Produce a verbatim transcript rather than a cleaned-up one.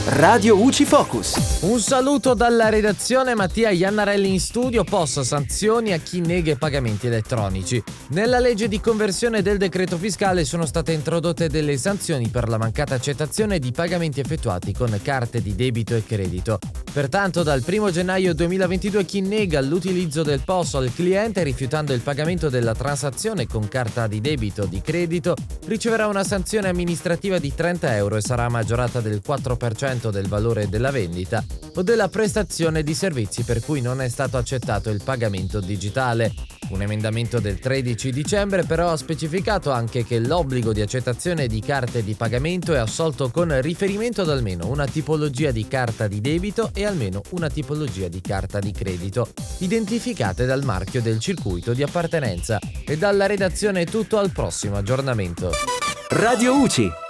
Radio U C I Focus. Un saluto dalla redazione, Mattia Iannarelli in studio. Post sanzioni a chi nega i pagamenti elettronici. Nella legge di conversione del decreto fiscale sono state introdotte delle sanzioni per la mancata accettazione di pagamenti effettuati con carte di debito e credito. Pertanto dal primo gennaio duemilaventidue chi nega l'utilizzo del P O S al cliente rifiutando il pagamento della transazione con carta di debito o di credito riceverà una sanzione amministrativa di trenta euro e sarà maggiorata del quattro per cento del valore della vendita o della prestazione di servizi per cui non è stato accettato il pagamento digitale. Un emendamento del tredici dicembre però ha specificato anche che l'obbligo di accettazione di carte di pagamento è assolto con riferimento ad almeno una tipologia di carta di debito e almeno una tipologia di carta di credito, identificate dal marchio del circuito di appartenenza. E dalla redazione è tutto, al prossimo aggiornamento. Radio U C I.